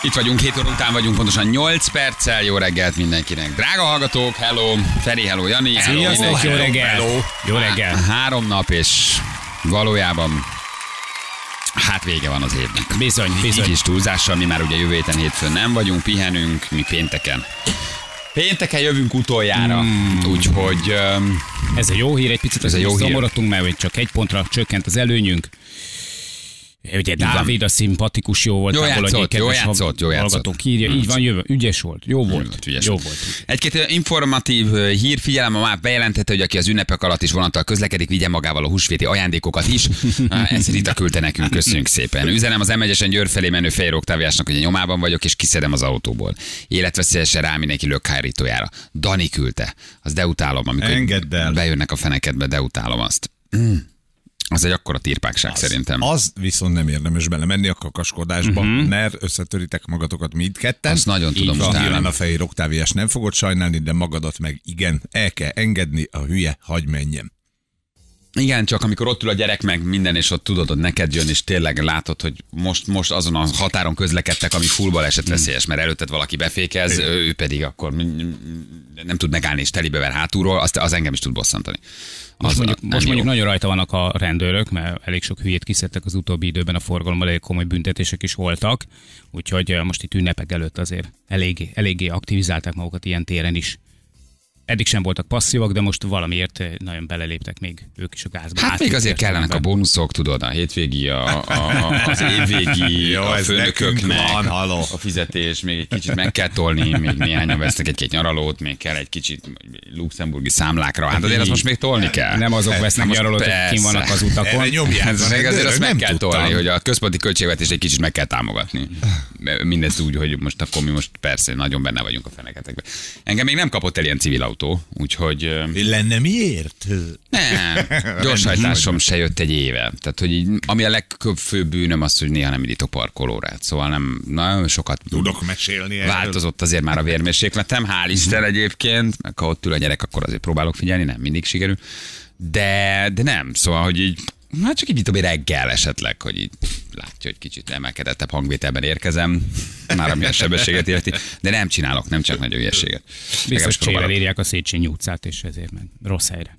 Itt vagyunk, 7 óra után vagyunk, pontosan 8 perccel. Jó reggelt mindenkinek. Drága hallgatók, hello, Feri, hello, Jani. Sziasztok, jó reggel. Jó reggel. 3 nap, és valójában hát vége van az évnek. Bizony. Így is túlzással, mi már ugye jövő héten hétfőn nem vagyunk, pihenünk, mi pénteken. Pénteken jövünk utoljára, úgyhogy... Ez a jó hír, egy picit ez a jó hír. szomorodtunk, mert csak 1 pontra csökkent az előnyünk. Ugye Dávid a szimpatikus, jó volt. Jó játszott. Hallgatók írja, így van, ügyes volt, jó volt. Egy-két informatív hír, figyelem, a MÁV bejelentette, hogy aki az ünnepek alatt is vonattal közlekedik, vigye magával a húsvéti ajándékokat is. Ezt Rita küldte nekünk, köszönjük szépen. Üzenem az M1-esen Győr felé menő Fejér Oktáviásnak, hogy a nyomában vagyok, és kiszedem az autóból. Életveszélyesen rá mindenki lökhárítójára. Dani küldte. Az deutálom, amikor bejönnek a fenekedbe, deutálom azt. Az egy akkora tirpákság szerintem. Az viszont nem érdemes belemenni a kakaskodásba, mert összetöritek magatokat mindketten. Azt nagyon tudom utálni. Nyilván a Fejér Oktáviás nem fogod sajnálni, de magadat meg igen, el kell engedni, a hülye, hagyj menjen. Igen, csak amikor ott ül a gyerek meg minden, és ott tudod, hogy neked jön, és tényleg látod, hogy most azon a határon közlekedtek, ami full baleset veszélyes, mert előtted valaki befékez, ő pedig akkor nem tud megállni, és telibe ver hátulról, az engem is tud bosszantani. Most mondjuk nagyon rajta vannak a rendőrök, mert elég sok hülyét kiszedtek az utóbbi időben a forgalomban, elég komoly büntetések is voltak, úgyhogy most itt ünnepek előtt azért eléggé aktivizálták magukat ilyen téren is. Eddig sem voltak passzívak, de most valamiért nagyon beleléptek még ők is a gázba. Hát még azért kellenek a bónuszok, tudod, a hétvégi, az évvégi, a főnököknek, a fizetés, még egy kicsit meg kell tolni, még néhányan vesznek egy-két nyaralót, még kell egy kicsit luxemburgi számlákra. Hát azért azt most még tolni kell. Nem azok vesznek nyaralót, akik kim vannak az utakon. Azért azt meg kell tolni, hogy a központi költségvetést egy kicsit meg kell támogatni. Mindezt úgy, hogy most akkor mi most persze nagyon benne vagyunk a feneketekben. Engem még nem kapott el ilyen civil autó, úgyhogy... Lenne miért? Nem, gyorshajtásom se jött egy éve. Tehát, hogy így, ami a legfőbb bűnöm az, hogy néha nem indítok parkolórát. Szóval nem, nagyon sokat... Tudok mesélni erről. Változott azért már a vérmérsékletem, hál' Isten egyébként, meg ha ott ül a gyerek, akkor azért próbálok figyelni, nem mindig sikerül. De nem, szóval, hogy így, hát csak így reggel esetleg, hogy így látja, hogy kicsit emelkedettebb hangvételben érkezem, már ami a sebességet illeti, de nem csinálok nagyon hülyeséget. Biztos csével írják a Széchenyi utcát, és ezért ment rossz helyre.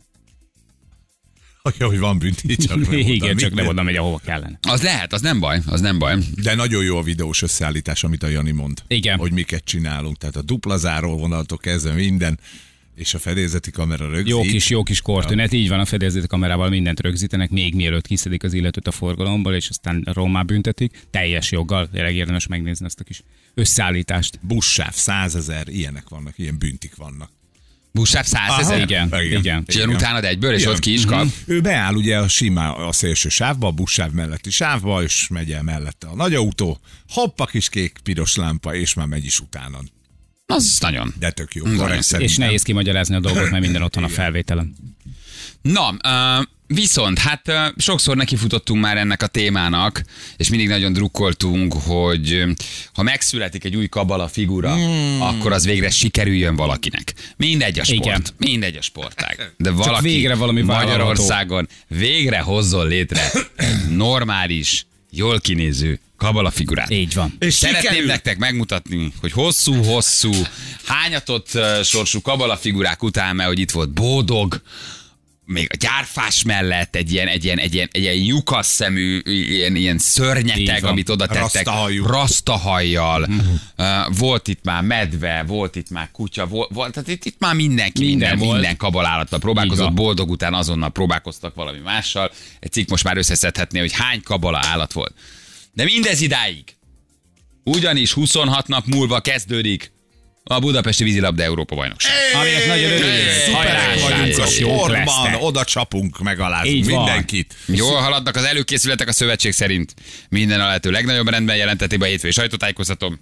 Hogy van bünti, csak nem igen, csak nem oda megy, ahova kellene. Az lehet, az nem baj. De nagyon jó a videós összeállítás, amit a Jani mond. Igen. Hogy miket csinálunk. Tehát a dupla záró vonaltól kezdve minden, és a fedélzeti kamera rögzít. Jó kis kortünet, így van, a fedélzeti kamerával mindent rögzítenek, még mielőtt kiszedik az illetőt a forgalomból, és aztán rommá büntetik. Teljes joggal, tényleg érdemes megnézni ezt a kis összeállítást. Buszsáv 100 000, ilyenek vannak, ilyen büntik vannak. Buszsáv 100 000? Igen. És jön utánad egyből, és ott ki is kap? Ő beáll ugye a szélső sávba, a buszsáv melletti sávba, és megy el mellette a nagy autó, hoppa kis kék, piros lámpa, és már megy is utána. Az nagyon. De tök jó. És nehéz kimagyarázni a dolgot, mert minden ott van a felvételen. Na, viszont hát sokszor nekifutottunk már ennek a témának, és mindig nagyon drukkoltunk, hogy ha megszületik egy új kabala figura, akkor az végre sikerüljön valakinek. Mindegy a sport, igen. Mindegy a sportág. De valaki végre valami Magyarországon végre hozzon létre normális, jól kinéző kabala figurát. Így van. És szeretném nektek megmutatni, hogy hosszú, hányatott sorsú kabala figurák után, mert hogy itt volt Bódog, még a gyárfás mellett egy ilyen lyukas szemű, ilyen szörnyeteg, amit oda tettek. Rasztahajjal. Volt itt már medve, volt itt már kutya, tehát itt már minden kabalállattal próbálkozott. Boldog után azonnal próbálkoztak valami mással. Egy cikk most már összeszedhetné, hogy hány kabala állat volt. De mindez idáig. Ugyanis 26 nap múlva kezdődik a Budapesti Vízilabda Európa-bajnokság. Aminek nagyon szuperek vagyunk a sportban, oda csapunk, megalázunk mindenkit. Jól haladnak az előkészületek a szövetség szerint. Minden a lehető legnagyobb rendben jelentették be a hétfői sajtótájékoztatón.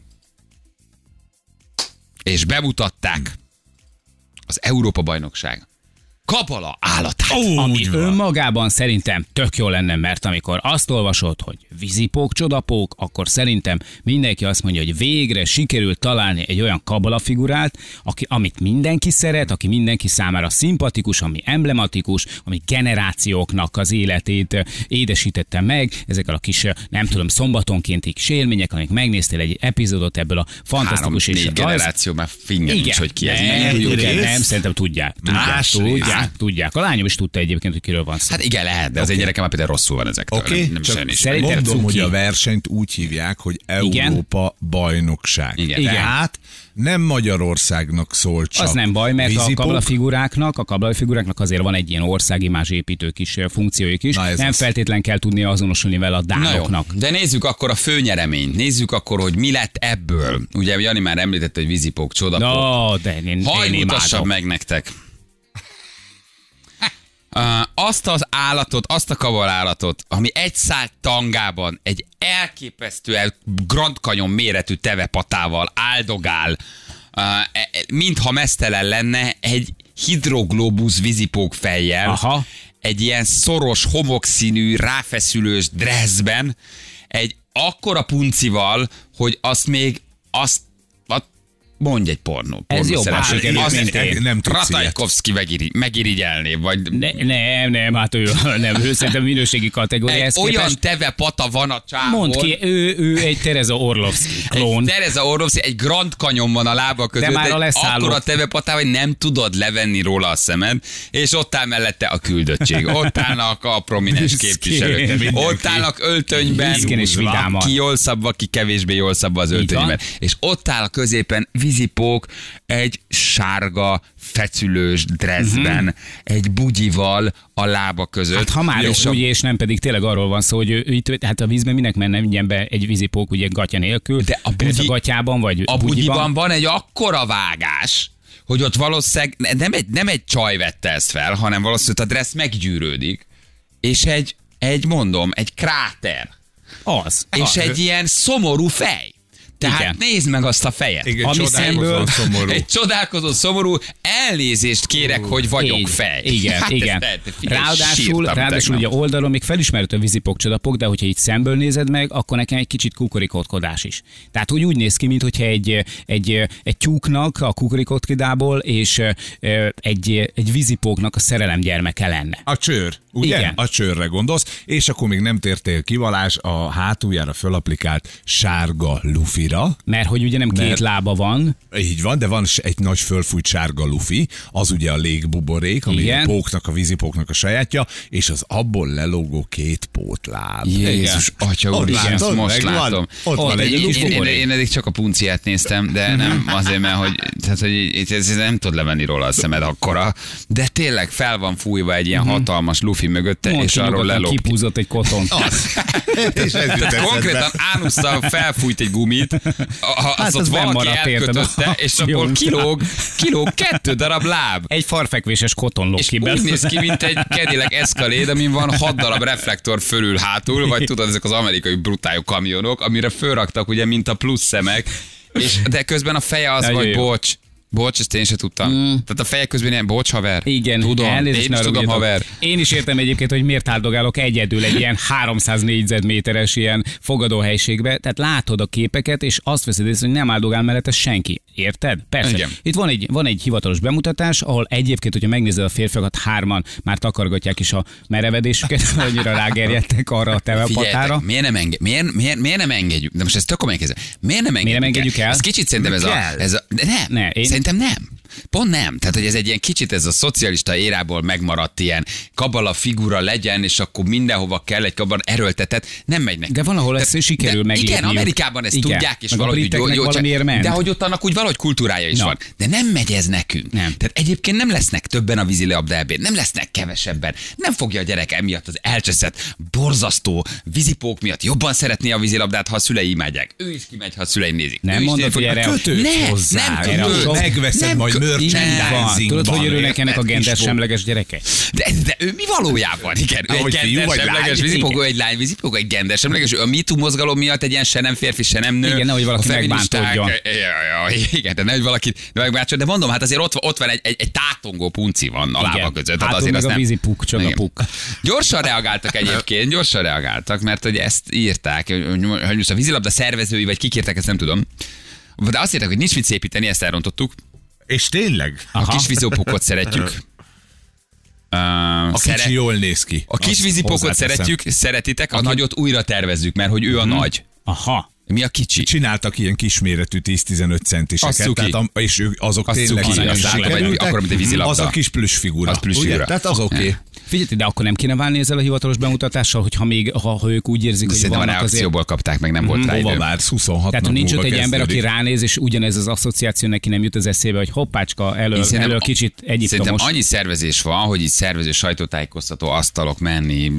És bemutatták az Európa-bajnokság kabala állatát. Ami önmagában szerintem tök jó lenne, mert amikor azt olvasod, hogy vízipók, csodapók, akkor szerintem mindenki azt mondja, hogy végre sikerült találni egy olyan kabalafigurát, amit mindenki szeret, aki mindenki számára szimpatikus, ami emblematikus, ami generációknak az életét édesítette meg, ezekkel a kis, nem tudom, szombatonkénti kis élmények, amik megnéztél egy epizódot ebből a fantasztikus 3-4 generáció, már fingem nincs, hogy ki ez. Nem, szerintem tudják. Tudják. A lányom is tudta egyébként, hogy kiről van szó. Hát igen, lehet, de az egy gyerekem már például rosszul van ezektől. Oké, csak mondom, hogy a versenyt úgy hívják, hogy Európa bajnokság. Igen. Tehát nem Magyarországnak szól csak. Az nem baj, mert vízipók. a kabalafiguráknak azért van egy ilyen országimázsépítő kis funkciójuk is. Nem feltétlen kell tudni azonosulni vele a dánoknak. De nézzük akkor a főnyereményt. Nézzük akkor, hogy mi lett ebből. Ugye Jani már említette, hogy vízipók, csodapók. De én mutassam meg nektek. Azt az állatot, azt a kabalállatot, ami egy szál tangában egy elképesztően Grand Canyon méretű tevepatával áldogál, mintha meztelen lenne egy hidroglóbusz vízipók fejjel, egy ilyen szoros, homokszínű, ráfeszülős dresszben, egy akkora puncival, hogy mondj egy pornó. Ez jobb, nem Ratajkovszki megirigyelné, vagy... Nem, hát ő szerintem minőségi kategória. Olyan tevepata van a csávon. Mondd ki, ő egy Tereza Orlovszki klón. Tereza Orlovszki, egy Grand Canyon van a lába között. De már a leszálló. Akkora tevepatával, hogy nem tudod levenni róla a szemed, és ott áll mellette a küldöttség. Ott állnak a prominens képviselők. Ott állnak öltönyben. Ki jól szabva, ki kevésbé jól szabva az öltönyben. És ott áll a középen vízipók egy sárga, fecülős dresszben, egy bugyival a lába között. Hát ha már is és nem pedig tényleg arról van szó, hogy ő itt, hát a vízben minek menne mindjárt be egy vízipók ugye gatya nélkül, de a gatyában vagy a bugyiban van egy akkora vágás, hogy ott valószínűleg nem egy csaj vette ezt fel, hanem valószínűleg a dressz meggyűrődik, és egy kráter. És egy ilyen szomorú fej. Tehát nézd meg azt a fejet. Igen, ami szemből egy csodálkozó szomorú, elnézést kérek, hogy vagyok fej. Igen. Ráadásul ugye oldalon még felismerhető a vízipók, csodapók, de hogyha itt szemből nézed meg, akkor nekem egy kicsit kukorikótkodás is. Tehát úgy néz ki, mintha egy tyúknak a kukorikótkidából és egy vízipóknak a szerelem gyermeke lenne. A csőr, ugye? Igen. A csőrre gondolsz, és akkor még nem tértél kivalás a hátuljára fölapplikált sárga lufi. Mert hogy ugye nem két lába van. Így van, de van egy nagy fölfújt sárga lufi, az ugye a légbuborék, ami a póknak, a vízipóknak a sajátja, és az abból lelógó két pótláb. Jézus, atya úr, igen, most látom. Ott van egy én eddig csak a punciát néztem, de nem azért, mert hogy ez nem tud levenni róla a szemed akkora, de tényleg fel van fújva egy ilyen hatalmas lufi mögötte, és arról lelóg. Kipúzott egy kotont. Tehát konkrétan ánusszal felfújt egy gumit, azt ott valaki elkötötte, és akkor kilóg 2 darab láb. Egy farfekvéses koton lóg ki belőle. Úgy néz ki, mint egy Cadillac Escalade, amin van 6 darab reflektor fölül hátul, vagy tudod, ezek az amerikai brutáljuk kamionok, amire fölraktak ugye, mint a plusz szemek, de közben a feje az, hogy bocs, ezt én sem tudtam. Tehát a fejek közben ilyen, bocs, haver. Igen, tudom, én is tudom, haver. Én is értem egyébként, hogy miért áldogálok egyedül egy ilyen 300 négyzetméteres ilyen fogadóhelyiségbe. Tehát látod a képeket, és azt veszed észre, hogy nem áldogál mellette senki. Érted? Persze. Igen. Itt van egy hivatalos bemutatás, ahol egyébként, hogyha megnézed a férfiakat, 3-an már takargatják is a merevedésüket, annyira rágerjedtek arra a tevepatára. Miért nem engedjük? De most ezt tök komolyan kezdem. Miért nem engedjük el? Ez kicsit szerintem Szerintem nem. Pont nem. Tehát, hogy ez egy ilyen kicsit ez a szocialista érából megmaradt ilyen kabala figura legyen, és akkor mindenhova kell egy kabala erőltetett, nem megy neki. De van, ahol ezt sikerül meglépniük. Igen, Amerikában ezt tudják, és valahogy jó, de hogy ott annak úgy valahogy kultúrája is van. De nem megy ez nekünk. Nem. Tehát egyébként nem lesznek többen a vízilabda ebben, nem lesznek kevesebben. Nem fogja a gyerek emiatt az elcseszett, borzasztó vízipók miatt jobban szeretné a vízilabdát, ha a szülei imádják. Ő is kimegy, ha a szülei nézik. Nem mondod, hogy erre megveszed majd merchandising. Tudod, hogy örülnek ennek a gendersemleges gyerekek? De ő mi valójában? Igen, ő egy gendersemleges vízipóka, egy lány vízipóka, egy gendersemleges. A MeToo mozgalom miatt egy ilyen se nem férfi, se nem nő. Igen, nehogy valaki megbántódjon. Igen, de nehogy valaki megbántódjon. De mondom, hát azért ott van egy tátongó punci van a lába között. Hát azért meg a vízipuk, csak a puk. Gyorsan reagáltak egyébként, mert hogy ezt írták, hogy most a vízilabda szervezői, vagy kik írták, ezt nem tudom. De azt írták, hogy nincs mit szépíteni, ezt elrontottuk. És tényleg? A kis vízipókot szeretjük. A kicsi jól néz ki. A kis vízipókot szeretjük, szeretitek, a nagyot újra tervezzük, mert hogy ő a nagy. Aha. Mi a kicsi? Csináltak ilyen kisméretű 10-15 centiseket, és azok tényleg akkor, mint egy vízilabda. Az a kis plüss figura. Az plüss figura. Tehát az oké. Figyelj, de akkor nem kéne válni ezzel a hivatalos bemutatással, hogyha még, ha ők úgy érzik, hogy vannak azért... a reakcióból kapták, meg nem volt rá idő. Hova vársz, 26 Tehát nincs ott egy ember, aki ránéz, és ugyanez az asszociáció neki nem jut az eszébe, hogy hoppácska, elől kicsit egyiptomos. Szerintem annyi szervezés van, hogy így szervező sajtótájékoztató, asztalok menni,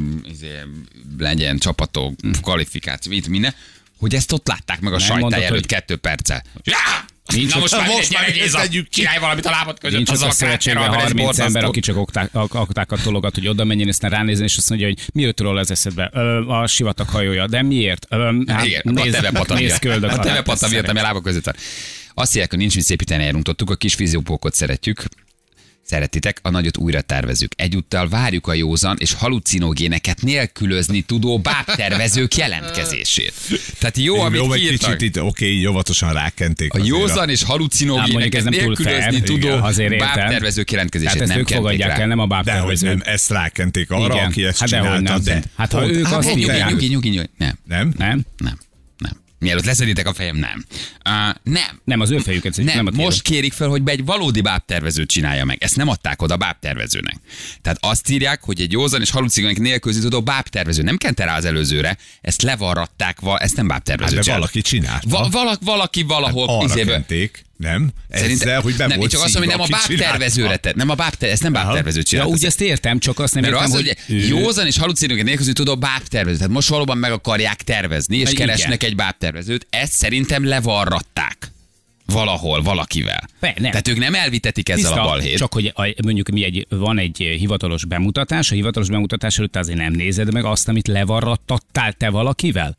legyen csapatok, kvalifikáció, minden, hogy ezt ott látták meg a sajtáj előtt 2 perccel. Nincs, na most már tegyük, csinálj valamit a lábad között. Nincs az a szövetségben 30 ember, aki csak aktákat tologat, hogy oda menjen, aztán ránézni, és azt mondja, hogy mi ról ez eszedbe? A sivatag hajója. De miért? Igen, a tevepata miatt, ami a lábak között van. Azt mondják, hogy nincs mit szépíteni, elrontottuk, a kis vízipókot szeretjük. Szeretitek, a nagyot újra tervezzük. Egyúttal várjuk a józan és halucinogéneket nélkülözni tudó bábtervezők jelentkezését. Tehát jó, amit kiírtak. Kicsit így óvatosan rákenték. A józan és halucinogéneket nélkülözni tudó bábtervezők jelentkezését. Tehát ezt ők fogadják el, nem a bábtervezők. Nem, ezt rákenték arra, aki ezt csinálta. Hát ha ők azt írják. Nyugi. Nem. Mielőtt leszeditek a fejem, nem. Nem, az ő fejüket. Nem, most kérik fel, hogy egy valódi bábtervezőt csinálja meg. Ezt nem adták oda bábtervezőnek. Tehát azt írják, hogy egy józan és halucinogének nélkülözni tudó bábtervező. Nem kente rá az előzőre, ezt levarratták, ezt nem bábtervező. Hát de valaki csinálta. Valaki valahol. Hát arra kenték. Nem? Ezzel, hogy be volt csak azt mondom, hogy nem a bábtervezőre tett. Nem a ezt nem bábtervező csinálta. Ja, úgy ezt értem, csak azt nem értem, hogy józan és halucinogének nélkülözni tudó bábtervező. Tehát most valóban meg akarják tervezni, és keresnek egy bábtervezőt. Ezt szerintem levarratták. Valahol, valakivel. Tehát ők nem elvitetik ezzel a balhét. Csak hogy mondjuk van egy hivatalos bemutatás, a hivatalos bemutatás előtt azért nem nézed meg azt, amit levarrattattál te valakivel?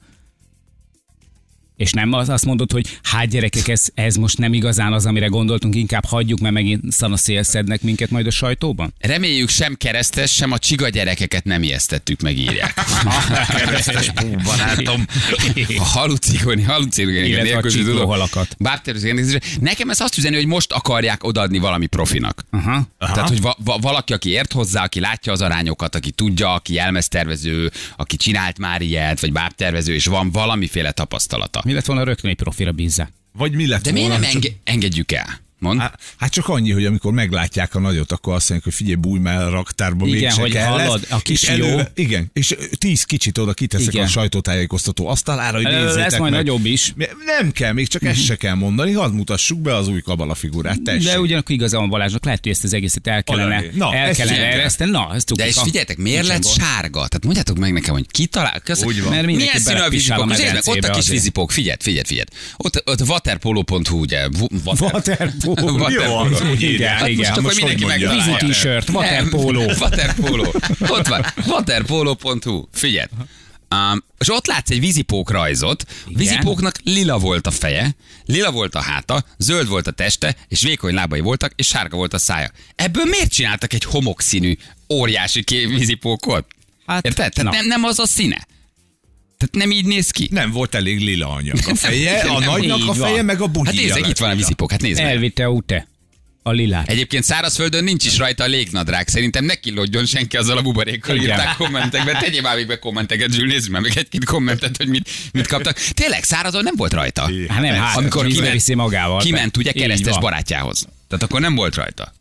És nem azt mondod, hogy hát gyerekek, ez most nem igazán az, amire gondoltunk, inkább hagyjuk, mert megint szanaszélszednek minket majd a sajtóban? Reméljük sem keresztes, sem a csiga gyerekeket nem ijesztettük, megírják. Keresztes barátom. A halucinogének illetve a csiklóhalakat. Nekem ez azt üzeni, hogy most akarják odaadni valami profinak. Tehát, hogy valaki, aki ért hozzá, aki látja az arányokat, aki tudja, aki jelmeztervező, aki csinált már ilyet, vagy bábtervező, és van valamiféle tapasztalata. Mi lett volna rögtön egy profira bízzá? Vagy mi lett de volna? De miért nem engedjük el? Hát csak annyi, hogy amikor meglátják a nagyot, akkor azt mondják, hogy figyelj, bújj már a raktárba, igen, hogy kellett, hallod, a kis jó. Igen, és 10 kicsit oda kiteszek a sajtótájékoztató asztalára, hogy nézzétek lesz majd meg. Nagyobb is. Nem kell, még csak ezt se kell mondani, hadd mutassuk be az új kabala figurát, tessék. De ugyanakkor igazán van Balázsnak, lehet, hogy ezt az egészet el kellene ereszteni. De és figyeljetek, miért lett sárga? Tehát mondjátok meg nekem, hogy ki talál. Milyen színű a vízipók? Ott a kis vízipók, figyeld. Ott waterpolo.hu, ugye. Waterpolo. Igen. Most mindenki megtalálja. Vízi t-shirt, waterpolo. Ott van, waterpolo.hu. Figyelj. És ott látsz egy vízipók rajzot. A vízipóknak lila volt a feje, lila volt a háta, zöld volt a teste, és vékony lábai voltak, és sárga volt a szája. Ebből miért csináltak egy homokszínű, óriási vízipókot? Hát, érted? Tehát nem az a színe. Tehát nem így néz ki. Nem volt elég lila anyag a feje, a nagynak a feje, meg a bugyja. Hát nézd, itt van a vízipók, hát nézd meg. Elvitte ute. A lilát. Egyébként szárazföldön nincs is rajta a légnadrág. Szerintem ne killódjon senki azzal a buborékkal, írták kommentekben. Tegyél már még be kommenteket, Zsül, nézzük már meg egy-két kommentet, hogy mit kaptak. Tényleg szárazon nem volt rajta. Hát nem, amikor viszi magával. Kiment ugye keresztes barátjához. Tehát akkor nem volt rajta.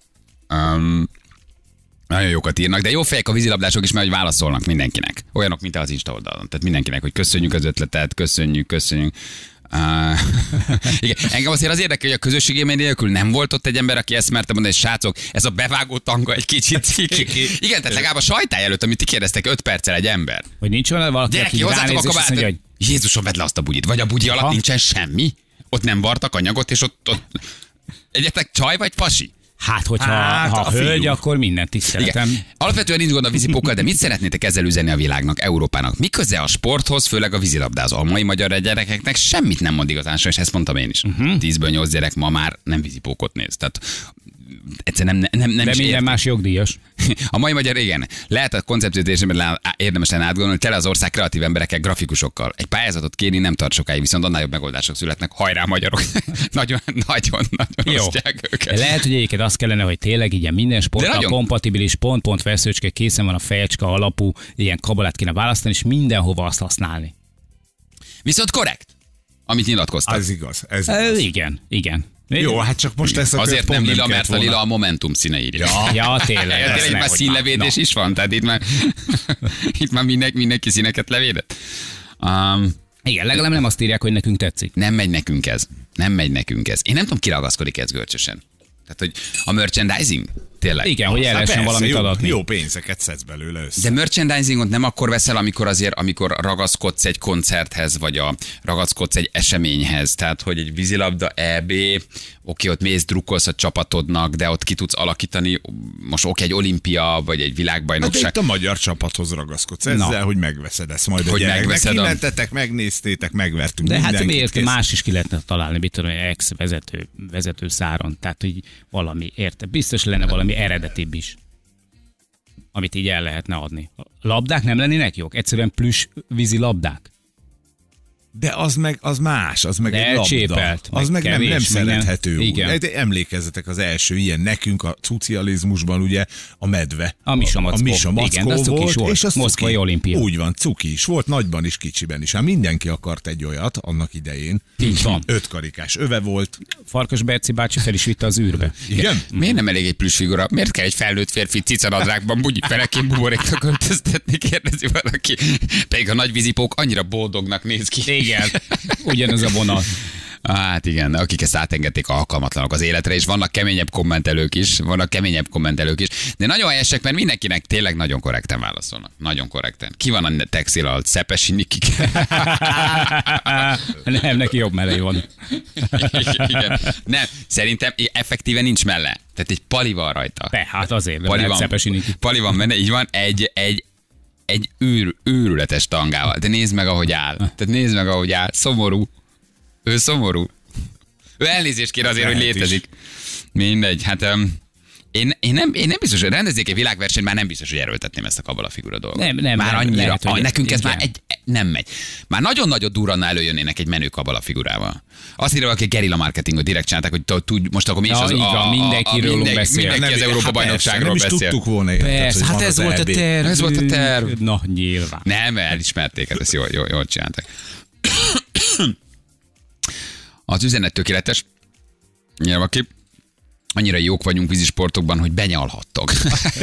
Nagyon jókat írnak, de jó fejek a vízilabdások is, mert hogy válaszolnak mindenkinek. Olyanok, mint az Insta oldalon. Tehát mindenkinek, hogy köszönjük az ötletet, köszönjük. Igen. Engem azért az érdekel, hogy a közösségi élmény nélkül nem volt ott egy ember, aki ezt merte mondani, hogy srácok, ez a bevágó tanga egy kicsit ciki. Igen, tehát legalább a sajtály előtt, amit ti kérdeztek, 5 perccel egy ember. Hogy nincs olyan valaki, aki ránéz, és azt mondja, hogy Jézusom, vedd le azt a bugyit. Vagy a bugyi alatt nincsen semmi. Ott nem vartak anyagot, és ott egyetek csaj vagy pasi? Hát, hogyha hölgy, akkor mindent tiszteletem. Igen. Alapvetően nincs gond a vízipókkal, de mit szeretnétek ezzel üzenni a világnak, Európának? Mi köze a sporthoz, főleg a vízilabdához? A mai magyar gyerekeknek semmit nem mond igazán, és ezt mondtam én is. 10-ből 8 gyerek ma már nem vízipókot néz. Tehát egyszerűen nem de minden más jogdíjas. A mai magyar, igen. Lehet a koncepciót érdemes lenne átgondolni, tele az ország kreatív emberekkel, grafikusokkal. Egy pályázatot kérni nem tart sokáig, viszont annál jobb megoldások születnek. Hajrá, magyarok! nagyon osztják őket. Lehet, hogy egyébként azt kellene, hogy tényleg ilyen minden sporttal nagyon kompatibilis, pont veszőcske, készen van a fejecska alapú, ilyen kabalát kéne választani, és mindenhova azt használni. Viszont korrekt, amit nyilatkoztak. Ez igaz. Ez igaz. Igen. Jó, hát csak most ezt azért nem lila, mert a lila a Momentum színe írja. Ja, tényleg. Tényleg már színlevédés is van, tehát itt már mindenki színeket levédett. Igen, legalább nem azt írják, hogy nekünk tetszik. Nem megy nekünk ez. Én nem tudom, ki ragaszkodik ez görcsösen. Tehát, hogy a merchandising, tényleg. Igen, hogy el lehessen valamit adatni. Jó pénzeket szedsz belőle össze. De merchandisingot nem akkor veszel, amikor ragaszkodsz egy koncerthez, vagy ragaszkodsz egy eseményhez. Tehát, hogy egy vízilabda EB, oké, ott mész, drukkolsz a csapatodnak, de ott ki tudsz alakítani, most egy olimpia, vagy egy világbajnokság. Hát itt a magyar csapathoz ragaszkodsz ezzel, hogy megveszed ezt majd hogy a gyereknek. megveszed megnéztétek, megvertünk de mindenkit. Hát miért más is ki lehetne találni, mit tudom, ex-vezető száron. Tehát, hogy valami, érte, biztos lenne valami eredetibb is, amit így el lehetne adni. A labdák nem lennének jók? Egyszerűen plüss vízi labdák? De az más, az meg de egy labda. Az meg kevés, nem szerethető. Igen. Emlékezzetek az első ilyen nekünk a szocializmusban ugye a medve. A Misamackó. Igen, de az cuki is volt. És a Moszkvai olimpia. Úgy van, cuki is volt, nagyban is, kicsiben is. Hát mindenki akart egy olyat annak idején. Így van. 5 karikás öve volt. Farkas Berci bácsi fel is vitte az űrbe. Igen? Miért nem elég egy plüss figura? Miért kell egy felnőtt férfi cicanadrágban bugyi fenekén buboréknak költöztetni, kérdezi valaki. Pedig a nagy vízipók annyira boldognak néz ki. Igen, ugyanaz a vonal. Hát igen, akik ezt átengedték alkalmatlanok az életre, és vannak keményebb kommentelők is, de nagyon helyesek, mert mindenkinek tényleg nagyon korrekten válaszolnak. Nagyon korrekten. Ki van a textil alatt? Szepesi Nikik? Nem, neki jobb mellé van. Igen. Nem, szerintem effektíven nincs melle. Tehát egy pali van rajta. Hát azért, nem Szepesi Nikik. Pali van benne, így van, egy őrületes tangával. De nézd meg, ahogy áll. Szomorú. Ő szomorú. Ő elnézést kér azért, hogy létezik. Mindegy, hát én nem biztos, hogy rendezzék egy világversenyt, már nem biztos, hogy erőltetném ezt a kabalafigura dolgot. Nem, már annyira, lehet, hogy nekünk ez már nem megy. Már nagyon-nagyon durrannál előjönnének egy menő kabalafigurával. Azt írja, aki gerilla marketingot direkt csinálták, hogy most akkor mi is mindenkiről beszél. Mindenki az Európa-bajnokságról beszél. Nem is tudtuk volna. Persze, hát ez volt a terv. Ez volt a terv. Na, nyilván. Nem, elismerték, ezt jól csinálták. Az üzenet tökéletes. Nyilván ki. Annyira jók vagyunk vízisportokban, hogy benyalhattok.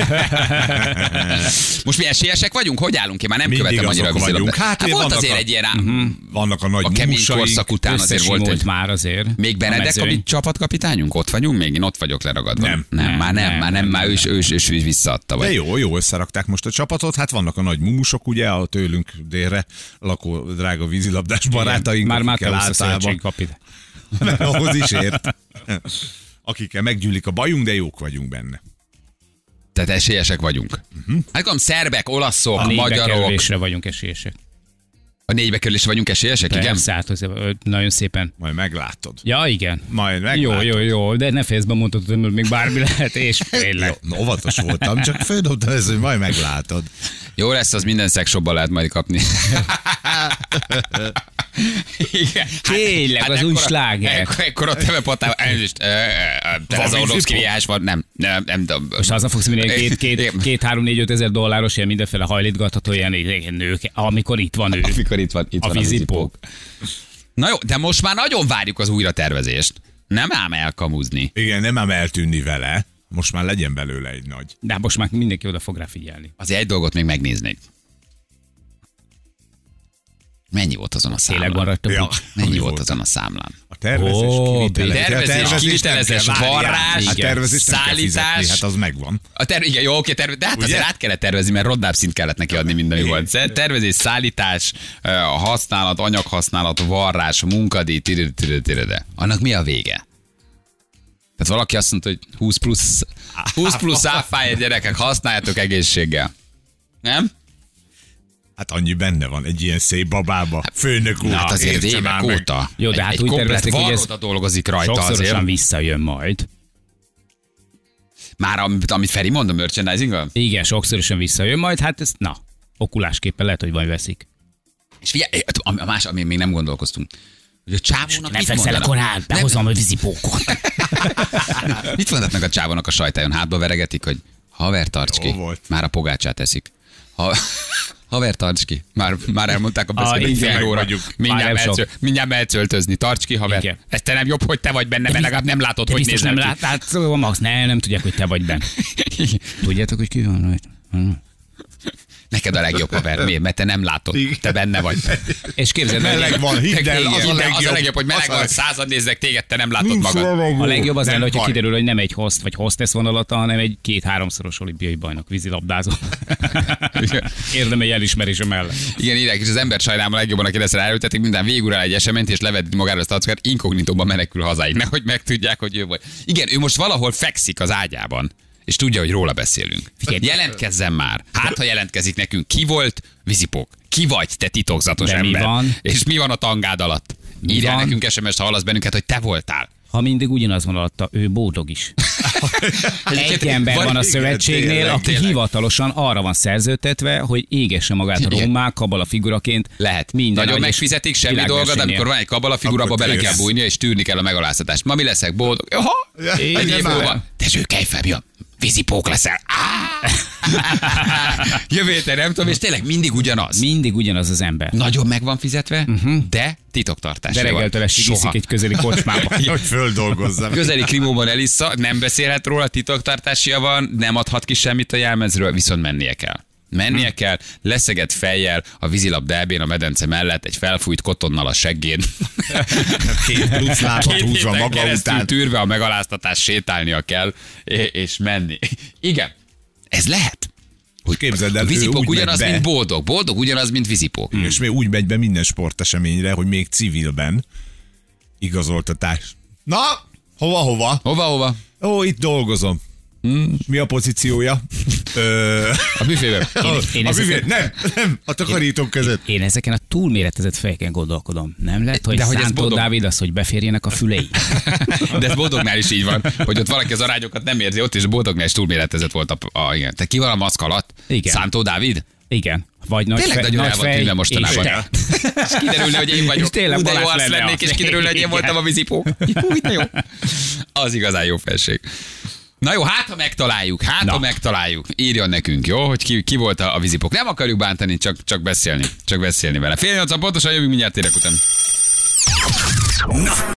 Most mi esélyesek vagyunk? Hogy állunk ki? Már nem követem annyira a vízilabdát. Hát volt azért egy ilyen vannak a nagy a kemény korszak után azért volt egy... már azért. Még Benedek, a csapatkapitányunk? Ott vagyunk még? Én ott vagyok leragadva. Már ő is visszaadta. De jó, összerakták most a csapatot. Hát vannak a nagy mumusok, ugye, a tőlünk délre lakó drága vízilabdás barátaink. Már általában. Ahhoz is ért. Akikkel meggyűlik a bajunk, de jók vagyunk benne. Tehát esélyesek vagyunk. Hát gondolom, szerbek, olaszok, magyarok. A 4 bekerülésre vagyunk esélyesek. A 4 bekerülésre vagyunk esélyesek, igen? Nagyon szépen. Majd meglátod. Ja, igen. Majd meglátod. Jó, de ne fejezd be mondhatod, hogy még bármi lehet, és tényleg. Óvatos voltam, csak földobtam ezt, hogy majd meglátod. Jó lesz, az minden szexshopban lehet majd kapni. Igen. Tényleg, az új sláger. Ekkor a temepatával, elnézést, ez a Orlovszki viás van, nem tudom. Most azzal fogsz mindig 2-3-4-5 ezer dolláros ilyen mindenféle hajlítgatható ilyen nők, amikor itt van ő. Amikor itt van a vízipók. Na jó, de most már nagyon várjuk az újratervezést. Nem ám elkamuzni. Igen, nem ám eltűnni vele. Most már legyen belőle egy nagy. De most már mindenki oda fog rá figyelni. Azért egy dolgot még megnéznék. Mennyi volt azon a számlán? Mennyi volt azon a számlán? A tervezés, kivitelezés, varrás, szállítás. Hát az megvan. Igen, jó, oké, de hát azért át kellett tervezni, mert roddább szint kellett neki adni minden volt. Tervezés, szállítás, használat, anyaghasználat, varrás, munkadíj, annak mi a vége? Tehát valaki azt mondta, hogy 20 plusz áfáért gyerekek, használjátok egészséggel. Nem? Hát annyi benne van egy ilyen szép babába. Főnök úr. Hát azért évek óta. Jó, de hát egy úgy komplet tervezték, hogy ez varroda dolgozik rajta sokszorosan azért. visszajön majd. Már amit Feri mond a merchandising-gal? Igen, sokszorosan visszajön majd, hát ez, okulásképpen lehet, hogy majd veszik. És figyelj, a más, amin még nem gondolkoztunk. Hogy a csávónak Nem mit fekszel a mondanak? korán, behozom a vízipókot. Mit mondatnak a csávónak a sajtájon? Hátba veregetik, hogy haver, tarts ki. Jó volt. Már a pogácsát eszik. Haver, tarts ki. Már elmondták a beszélgetést igen, fél óra. vagyunk. Mindjárt mehetsz öltözni. Tarts ki, haver. Igen. Ez te nem jobb, hogy te vagy benne, mert legalább nem látod, De hogy biztos nézel nem ki. lát, hát Max, nem tudják, hogy te vagy benne. Tudjátok, hogy ki van rajta? Neked a legjobb, haver. Miért? Mert te nem látod. Te benne vagy. És képzeld el, Meleg van, hidd el, az a legjobb. Hogy meleg van, százan néznek téged, te nem látod magad. a legjobb az lenne, hogyha baj. kiderül, hogy nem egy host vagy hostess vonalata, hanem egy 2-3-szoros olimpiai bajnok, vízilabdázó. Érdemei elismerése mellett. Igen, írják, és az ember sajnálom a legjobban, aki lesz ráültetik, minden végül el egy eseményt, és levedi magára azt a tackát, inkognitóban menekül hazáig, nehogy megtudják, hogy ő vagy. Igen, ő most valahol fekszik az ágyában, és tudja, hogy róla beszélünk. Figyelj. Jelentkezzen már. Hát, ha jelentkezik nekünk, ki volt vízipók? Ki vagy, te titokzatos De mi ember? van? És mi van a tangád alatt? Írjál van? nekünk SMS-t, ha hallasz bennünket, hogy te voltál. Ha mindig ugyanaz van alatta, ő boldog is. Egy ember van a igen, szövetségnél, tényleg, aki tényleg. hivatalosan arra van szerződtetve, hogy égesse magát Igen. rommá, kabala figuraként. Lehet. Minden Nagyon egyes megfizetik, semmi dolgod, világversenyen. amikor van egy kabala figurába, Akkor bele kell tűrsz. bújnia, és tűrni kell a megaláztatást. Ma mi leszek? Boldog? Jaha, Igen, egy év már. múlva. Tesó, kelj fel, mi a vízipók leszel. Jövő héten nem tudom, és tényleg mindig ugyanaz. Mindig ugyanaz az ember. Nagyon meg van fizetve, de titoktartás. De reggeltől estig iszik egy közeli kocsmába. Hogy földolgozzam. Közeli krimóban elissza, nem beszélhet róla, titoktartásia van, nem adhat ki semmit a jelmezről, viszont mennie kell. Mennie kell, leszegett fejjel a vízilabda elbén a medence mellett, egy felfújt kotonnal a seggén. 2 plusz lábat 2 húzva héten maga keresztül után. tűrve a megaláztatást, sétálnia kell, és menni. Igen, ez lehet. Hogy képzeld el, A ő vízipók úgy megy ugyanaz, be, mint boldog. Boldog ugyanaz, mint vízipók. és még úgy megy be minden sporteseményre, hogy még civilben igazoltatás. Na, hova? Hova? Ó, itt dolgozom. Mi a pozíciója? A büfében. Én A ezeken- büfé, nem, a takarítók között. Én ezeken a túlméretezett fejeken gondolkodom. Nem lehet, hogy De hogy ez Szántó boldog- Dávid az, hogy beférjenek a fülei. De ez boldognál is így van, hogy ott valaki az arányokat nem érzi, ott is boldognál is túlméretezett volt igen. Te ki van a maszk alatt? Igen. Szántó Dávid? Igen. Vagy nagy Tényleg nagyon el van tűnve mostanában. és te. És kiderülne, hogy én vagyok. És tényleg Ú, de jó Balázs arc lenne lennék, az. és kiderülne, hogy én Igen. voltam a vízipók. Új, de jó. Az igazán jó felség. Na jó, hát ha megtaláljuk. Írjon nekünk, jó, hogy ki volt a vízipók. Nem akarjuk bántani, csak beszélni vele. 7:30 pontosan jövünk mindjárt érek után.